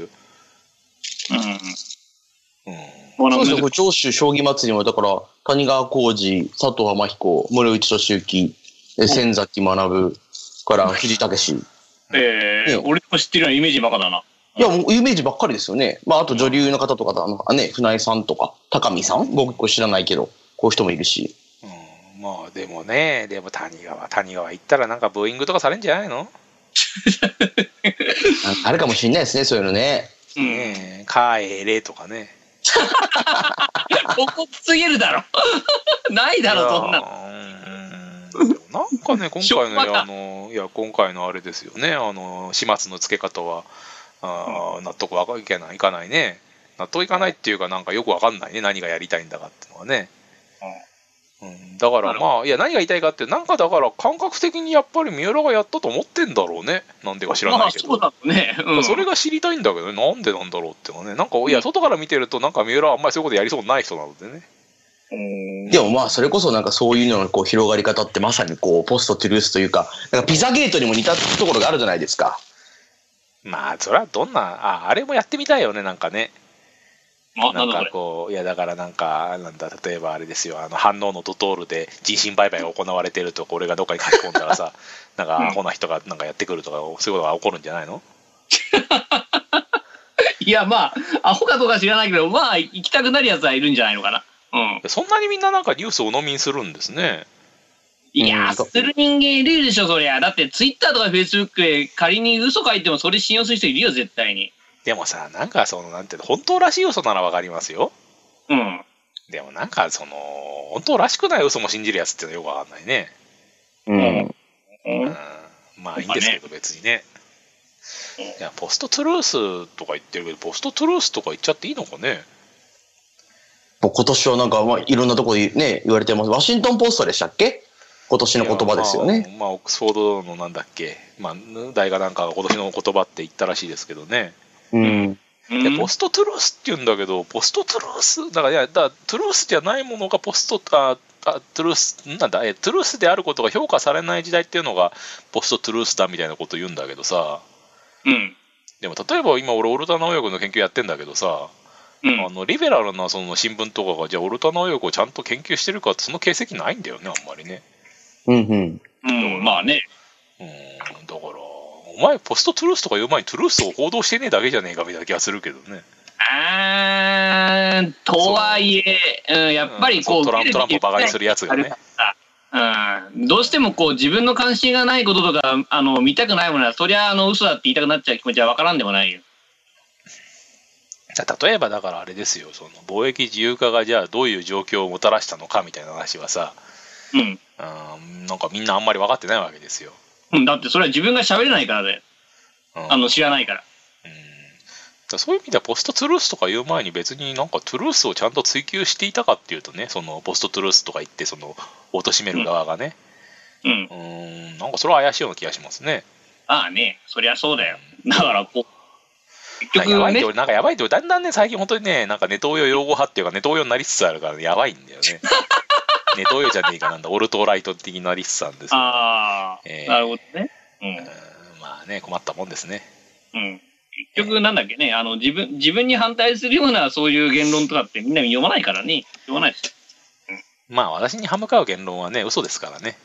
うん。うん、そうですね。長州将棋祭りもだから谷川浩司、佐藤天彦、室内俊之、千崎学から藤武史。 ええーね、俺も知ってるようなイメージばかだな。 いや、もうイメージばっかりですよね。まあ、あと女流の方とかだ、あの、ね、船井さんとか、高見さん僕結構知らないけど、こういう人もいるし。 うん、まあ、でもね、でも谷川、谷川行ったらなんかブーイングとかされんじゃないの？ あるかもしれないですね、そういうのね。 うん。ねえ、帰れとかね。 ここすぎるだろ。ないだろ、そんな。 なんかね、今回の、あの、いや、今回のあれですよね、あの、始末の付け方は、あ、納得はいけない、いかないね。納得いかないっていうか、なんかよくわかんないね、何がやりたいんだかっていうのはね。うん、だからまあ、いや、何が言いたいかって、なんかだから感覚的にやっぱり三浦がやったと思ってんだろうね。なんでか知らないけど。 まあ、そうだね。うん、 それが知りたいんだけどね、なんでなんだろうっていうのはね。なんか、いや、外から見てると、なんか三浦はあんまりそういうことやりそうない人なのでね。 でもまあそれこそなんかそういうののこう広がり方ってまさにこうポストトゥルースというか、なんかピザゲートにも似たところがあるじゃないですか。 まあそれはどんな あ, あれもやってみたいよね、なんかね。なんかこういやだからなんかなんだ例えばあれですよ、あの反応のドトールで人身売買が行われてるとこれがどっかに書き込んだらさなんかアホな人がなんかやってくるとかそういうことが起こるんじゃないの？ いやまあアホかどうか知らないけどまあ行きたくなるやつはいるんじゃないのかな。 うん、そんなにみんななんかニュースを鵜呑みにするんですね。 いやー、する人間いるでしょそりゃ。だってツイッターとかフェイスブックで仮に嘘書いてもそれ信用する人いるよ絶対に。 でもさ、なんかそのなんていうの、本当らしい嘘ならわかりますよ。 うん。 でもなんかその本当らしくない嘘も信じるやつってのはよくわかんないね。 うん。うん。 うん、まあいいんですけど別にね。いやポストトゥルースとか言ってるけどポストトゥルースとか言っちゃっていいのかね。 今年はなんかまあいろんなところでね言われてます。ワシントンポストでしたっけ？今年の言葉ですよね。 まあ、まあ、オックスフォードのなんだっけ、まあ大がなんか今年の言葉って言ったらしいですけどね。 うん。 でポストトゥルースって言うんだけどポストトゥルースだからいやだトゥルースじゃないものがポストああトゥルースなんだえトゥルースであることが評価されない時代っていうのがポストトゥルースだみたいなことを言うんだけどさ。 うん。 でも例えば今俺オルタナ親子の研究やってんだけどさ。 うん、 あのリベラルなその新聞とかがじゃあオルタナ右翼をちゃんと研究してるかってその形跡ないんだよね、あんまりね。 うんうんうん、まあね。 うん、だからお前ポストトゥルースとか言う前にトゥルースを報道してねえだけじゃねえかみたいな気がするけどね。 あーとはいえ、うん、やっぱりこう、うん、 トランプトランプをバカにするやつがね。 うん、どうしてもこう自分の関心がないこととかあの見たくないものはそりゃあの嘘だって言いたくなっちゃう気持ちは分からんでもないよ。 例えばだからあれですよ、その貿易自由化がじゃあどういう状況をもたらしたのかみたいな話はさ、 うん、 うんなんかみんなあんまり分かってないわけですよ。 うん、だってそれは自分が喋れないからだよ、うん、あの知らないから。 うん、そういう意味ではポストトゥルースとか言う前に別になんかトゥルースをちゃんと追求していたかっていうとね、そのポストトゥルースとか言ってその貶める側がね、 うん、 うん、うんなんかそれは怪しいような気がしますね。 ああね、そりゃそうだよ。だからこう結局、ね、やばいって俺なんかやばいってだんだんね最近本当にねなんかネトウヨ擁護派っていうかネトウヨになりつつあるから、ね、やばいんだよね。ネトウヨじゃねえかなんだオルトライト的になりつつあるんですよ。 ああ、えー、なるほどね。うん、 まあね困ったもんですね。 うん。結局なんだっけね、あの自分自分に反対するようなそういう言論とかってみんな読まないからね、読まないですよ。 うん、まあ私に歯向かう言論はね嘘ですからね。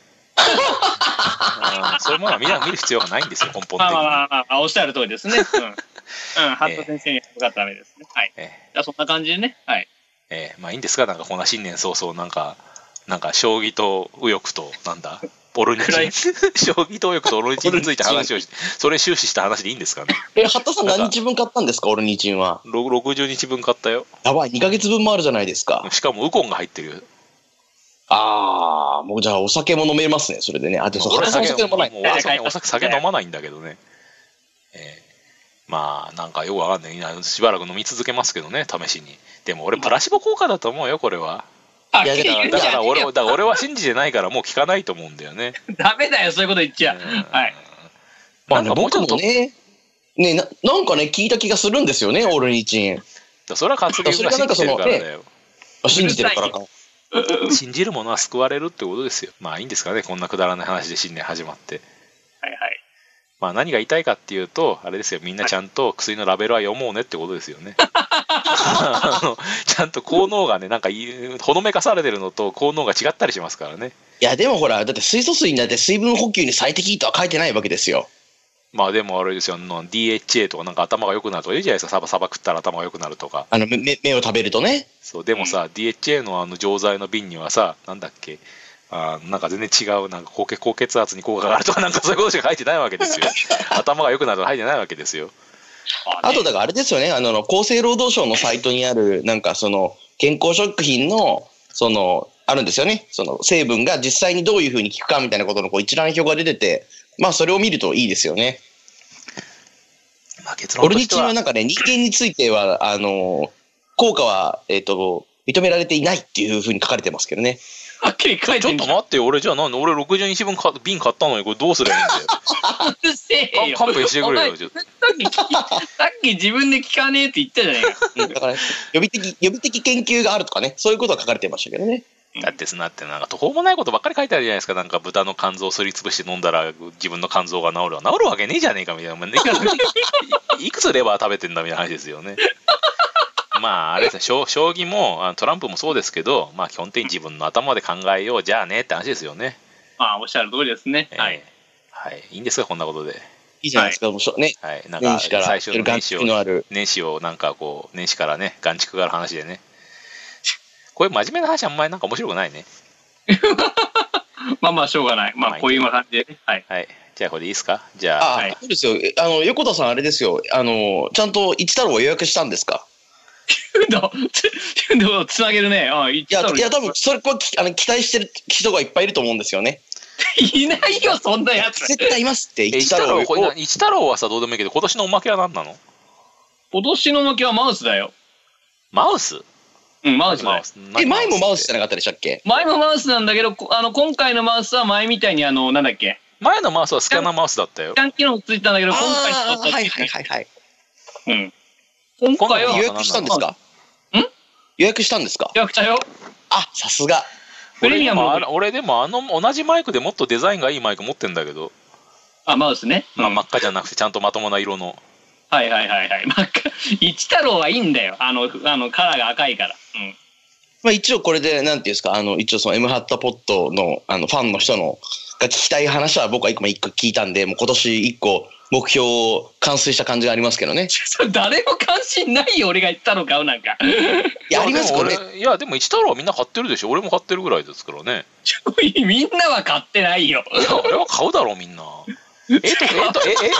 そういうものはみんな見る必要がないんですよ根本的に。まあまあまあおっしゃる通りですね。うん。うん、ハット先生に向かったらダメですね。はい。えー、じゃあそんな感じでね。はい。 えー、まあいいんですかなんかこんな新年早々なんかなんか将棋と右翼となんだオルニチン将棋と右翼とオルニチンについて話をしてそれ終始した話でいいんですかね。 えハットさん何日分買ったんですかオルニチンは。 ろくじゅうにちぶん買ったよ。 やばいにかげつぶんもあるじゃないですか。 しかもウコンが入ってるよ。 ああもうじゃあお酒も飲めますねそれでね。あでも俺酒飲まない。もう俺酒お酒酒飲まないんだけどね。えー、まあなんかよくわかんないしばらく飲み続けますけどね試しに。でも俺プラシボ効果だと思うよこれは。いやだからだから俺だから俺は信じてないからもう効かないと思うんだよね。 ダメだよそういうこと言っちゃう。はい。 まあね僕もねねななんかね聞いた気がするんですよねオルニチン。 それは活動が信じてるからだよ。 信じてるからか。 信じる者は救われるってことですよ。まあいいんですかねこんなくだらない話で新年始まって。 はいはい。 まあ何が言いたいかっていうとあれですよみんなちゃんと薬のラベルは読もうねってことですよね。あのちゃんと効能がねなんかほのめかされてるのと効能が違ったりしますからね。 いやでもほらだって水素水になって水分補給に最適とは書いてないわけですよ。 まあでもあれですよ ディーエイチエー とかなんか頭が良くなるとか言うじゃないですか。サバサバ食ったら頭が良くなるとか。 あの 目, 目を食べるとね。 そうでもさ、うん、ディーエイチエー のあの錠剤の瓶にはさなんだっけあなんか全然違うなんか高 血, 高血圧に効果があるとかなんかそういうことしか書いてないわけですよ。頭が良くなるとか書いてないわけですよ。 あとだからあれですよねあの厚生労働省のサイトにあるなんかその健康食品のそのあるんですよねその成分が実際にどういうふうに効くかみたいなことのこう一覧表が出ててまあそれを見るといいですよね。 まあ、結論オルニチンはなんかね人間についてはあの効果はえっと認められていないっていうふうに書かれてますけどね。 はっきり書いてる。 ちょっと待ってよ俺じゃあなんで俺ろくじゅうにちぶんか瓶買ったのにこれどうすればいいんだよ。 うるせえよ。 勘弁してくれよ。 さっき自分で聞かねえって言ったじゃねえか。 だから、ね、予備的予備的研究があるとかねそういうことが書かれてましたけどね。 だってすなってなんか途方もないことばっかり書いてあるじゃないですか。なんか豚の肝臓をすりつぶして飲んだら自分の肝臓が治るわ治るわけねえじゃねえかみたいな。いくつレバー食べてんだみたいな話ですよね。まああれですね将棋もトランプもそうですけどまあ基本的に自分の頭で考えようじゃあねって話ですよね。 まあおっしゃる通りですね。 えー、はい、はい、いいんですかこんなことで。 いいじゃないですか、はい、もうね、 はい、なんか最初の年始を年始をなんかこう年始からね眼蓄がある話でねこういう真面目な話あんまりなんか面白くないね。 まあまあしょうがない。まあこういう感じでね。はい。 はい。じゃあこれでいいですか。じゃあ。 あ、はい、そうですよ。あの横田さんあれですよ。あのちゃんと一太郎を予約したんですか。 でもつなげるね。ああいやいや多分それはあの期待してる人がいっぱいいると思うんですよね。 いないよそんなやつ。 絶対いますって。 一太郎一太郎はさどうでもいいけど今年のおまけは何なの。 今年のおまけはマウスだよ。 マウス。 うん、マウスだよ。 え、前もマウスじゃなかったでしたっけ。 前もマウスなんだけどあの今回のマウスは前みたいにあのなんだっけ前のマウスはスキャナーマウスだったよ。 スキャン機能ついたんだけど今回ははいはいはいはい。 うん。今回は予約したんですか。 ん？ 予約したんですか。 予約したよ。 あ、さすが。 プレミアム。 俺でもあの同じマイクでもっとデザインがいいマイク持ってんだけど。 あ、マウスね。 まあ真っ赤じゃなくてちゃんとまともな色の。 はいはいはいはい。まあ、一太郎はいいんだよ。あの、あの、カラーが赤いから。うん。 まあ一応これで、なんていうんですか、あの、一応その M ハットポットの、あの、ファンの人の、が聞きたい話は僕は一個一個聞いたんで、もう今年一個目標を完遂した感じがありますけどね。 それ誰も関心ないよ、俺が言ったの買うなんか。 いや、ありますこれ。 いや、でも一太郎はみんな買ってるでしょ。俺も買ってるぐらいですからね。 みんなは買ってないよ。 いや、俺は買うだろう、みんな。えっと、えっと、え、え、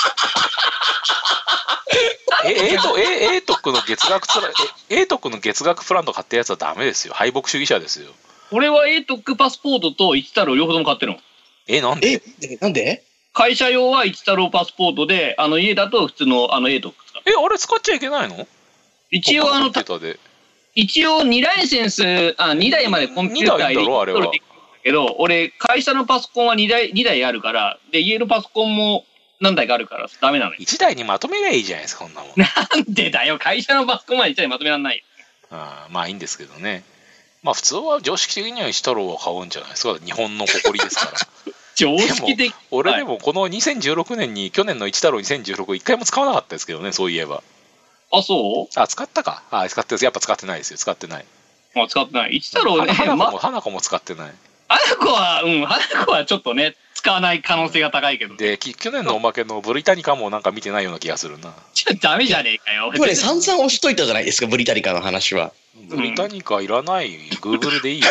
え、え、えーと、え、えーとくの月額プラン、え、えーとくの月額プランと買ったやつはダメですよ。敗北主義者ですよ。 俺は エートック パスポートと一太郎両方とも買ってるの。 え、なんでえ、なんで会社用は一太郎パスポートで、あの家だと普通のあの エートック 使う。 え、あれ使っちゃいけないの？ 一応あの、一応にライセンス、あ、にだいまでコンピューターで取るけど、俺会社のパソコンはにだい、にだいあるから、で、家のパソコンも何台かあるからダメなのよ。 いちだいにまとめりゃいいじゃないですか、こんなもん。 なんでだよ、会社のパソコンはいちだいまとめらんないよ。 あまあいいんですけどね。まあ普通は常識的には一太郎を買うんじゃないですか。日本の誇りですから。 常識的。 俺でもこのにせんじゅうろくねんに、去年の一太郎にせんじゅうろく、一回も使わなかったですけどね、そういえば。 あ、そう？ あ、使ったか。あ、使ってる。やっぱ使ってないですよ。使ってない。 あ、使ってない。一太郎ね。 花子も、花子も使ってない。 花子は、うん、花子はちょっとね、使わない可能性が高いけど。 で、去年のおまけのブリタニカもなんか見てないような気がするな。 ちょ、ダメじゃねえかよ。 今ね、散々押しといたじゃないですか、ブリタニカの話は。 ブリタニカいらない。グーグルでいいよ。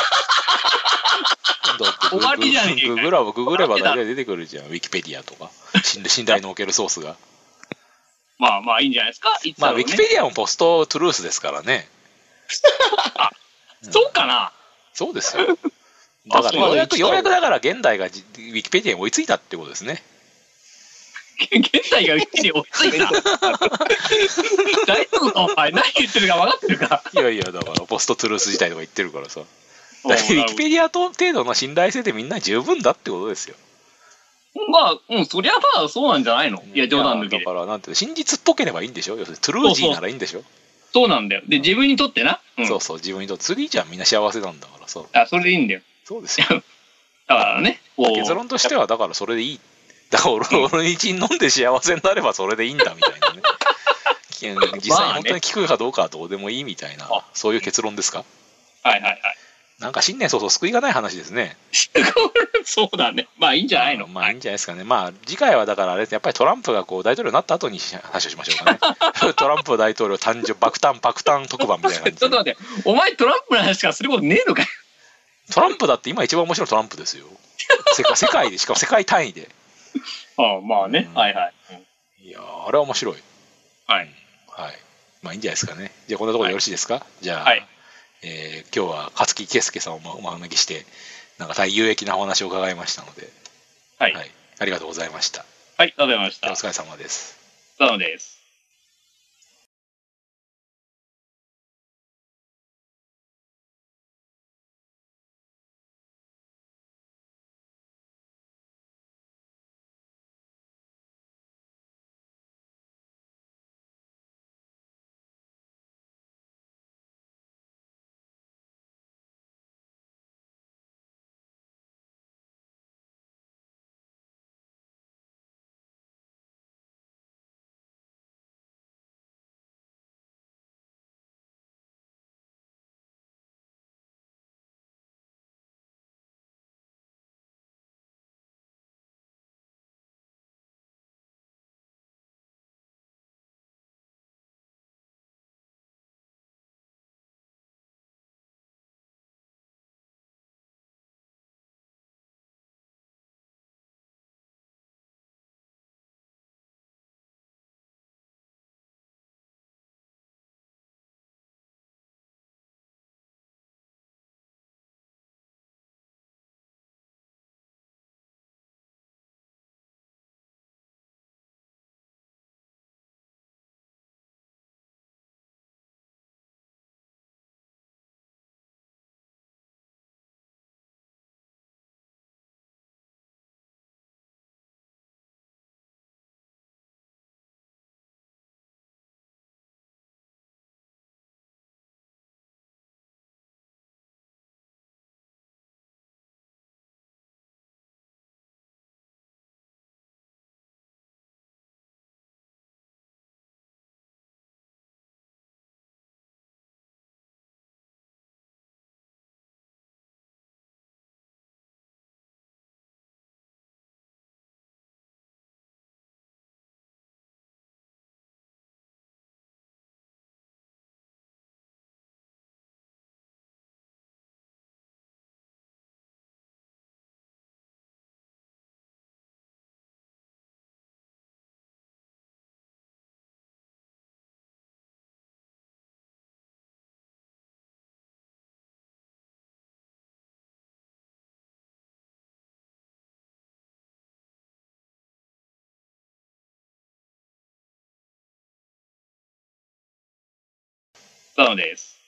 終わりじゃねえかよ。 ググらググれば大体出てくるじゃん。ウィキペディアとか。信頼のおけるソースが。 まあまあいいんじゃないですか。ね、 まあウィキペディアもポストトゥルースですからね。 あ、そうかな。 そうですよ。だからようやくようやくだから現代がウィキペディアに追いついたってことですね。 現代がウィキペディアに追いついた。大丈夫かお前、何言ってるか分かってるか。 いやいや、だからポストトゥルース自体とか言ってるからさ。ウィキペディアと程度の信頼性でみんな十分だってことですよ。 まあ、うん、そりゃまあそうなんじゃないの。いや、冗談抜きで。 だからなんて真実っぽければいいんでしょ。要するにトゥルージーならいいんでしょ。そうそうそうなんだよ。で、自分にとってな。 うん、そうそう、自分にとって。次じゃみんな幸せなんだからさ。 あ、それでいいんだよ。 そうですよ。 だからね。 結論としては、だからそれでいい。だから俺、俺に飲んで幸せになればそれでいいんだみたいなね。実際に本当に聞くかどうかはどうでもいいみたいな、そういう結論ですか。 はいはいはい。 なんか新年早々救いがない話ですね。 そうだね。まあいいんじゃないの。 まあいいんじゃないですかね。まあ次回はだからあれやっぱりトランプがこう大統領になった後に話をしましょうかね。トランプ大統領誕生爆誕爆誕特番みたいな感じ。 ちょっと待って、お前トランプの話しかすることねえのかよ。 トランプだって今一番面白いトランプですよ。世界世界でしかも世界単位で。 ああまあね、うん、はいはい。 いやあれは面白い。 はい。 はい。まあいいんじゃないですかね。じゃあこんなところでよろしいですか。はい、じゃあ。 はいえー、今日は勝木圭介さんをお招きしてなんか大有益なお話を伺いましたので、 はい、はい、 ありがとうございました。 はい、ありがとうございました。 お疲れ様です。 お疲れ様です。 そうです。